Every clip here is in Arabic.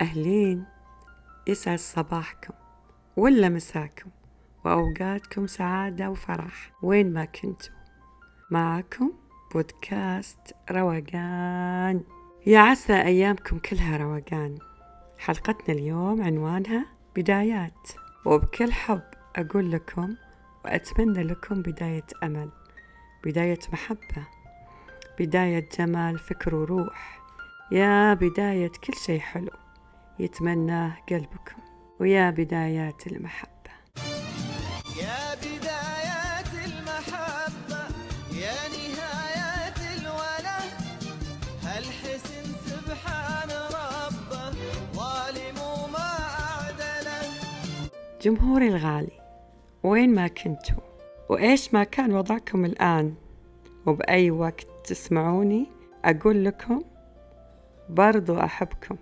أهلين، يسعد صباحكم ولا مساكم وأوقاتكم سعادة وفرح وين ما كنتوا. معكم بودكاست روقان، يا عسى أيامكم كلها روقان. حلقتنا اليوم عنوانها بدايات، وبكل حب أقول لكم وأتمنى لكم بداية أمل، بداية محبة، بداية جمال فكر وروح، يا بداية كل شيء حلو يتمناه قلبكم، ويا بدايات المحبة. يا بدايات المحبة، يا نهايات الوله، هالحسن سبحان ربه، ظالم وما أعدله. جمهوري الغالي، وين ما كنتوا وإيش ما كان وضعكم الآن، وبأي وقت تسمعوني أقول لكم برضو أحبكم.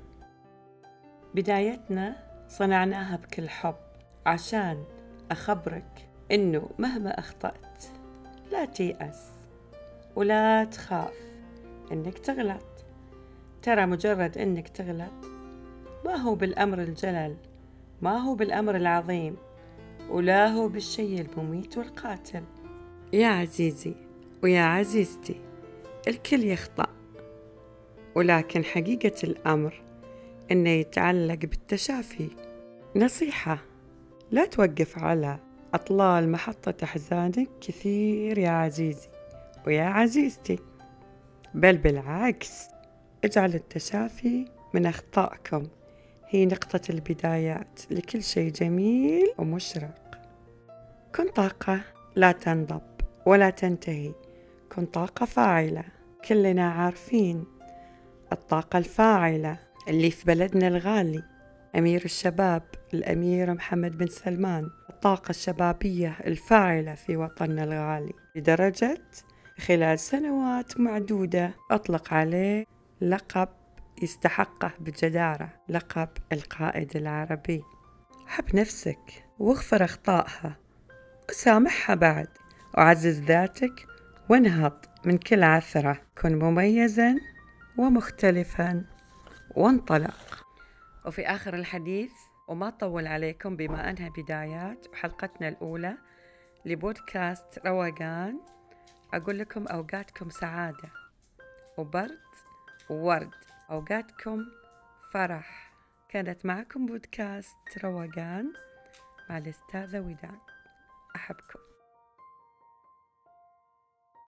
بدايتنا صنعناها بكل حب، عشان أخبرك إنه مهما أخطأت لا تيأس ولا تخاف إنك تغلط. ترى مجرد إنك تغلط ما هو بالأمر الجلل، ما هو بالأمر العظيم، ولا هو بالشيء المميت والقاتل. يا عزيزي ويا عزيزتي، الكل يخطأ، ولكن حقيقة الأمر إنه يتعلق بالتشافي. نصيحة، لا توقف على أطلال محطة أحزانك كثير يا عزيزي ويا عزيزتي، بل بالعكس اجعل التشافي من أخطائكم هي نقطة البدايات لكل شيء جميل ومشرق. كن طاقة لا تنضب ولا تنتهي، كن طاقة فاعلة. كلنا عارفين الطاقة الفاعلة اللي في بلدنا الغالي أمير الشباب الأمير محمد بن سلمان، الطاقة الشبابية الفاعلة في وطننا الغالي، لدرجة خلال سنوات معدودة أطلق عليه لقب يستحقه بجدارة، لقب القائد العربي. حب نفسك واغفر أخطائها وسامحها بعد، وعزز ذاتك وانهض من كل عثرة. كن مميزا ومختلفا وانطلق. وفي آخر الحديث وما طول عليكم، بما أنها بدايات وحلقتنا الأولى لبودكاست روقان، أقول لكم أوقاتكم سعادة وبرد وورد، أوقاتكم فرح. كانت معكم بودكاست روقان مع الأستاذة وداد. أحبكم.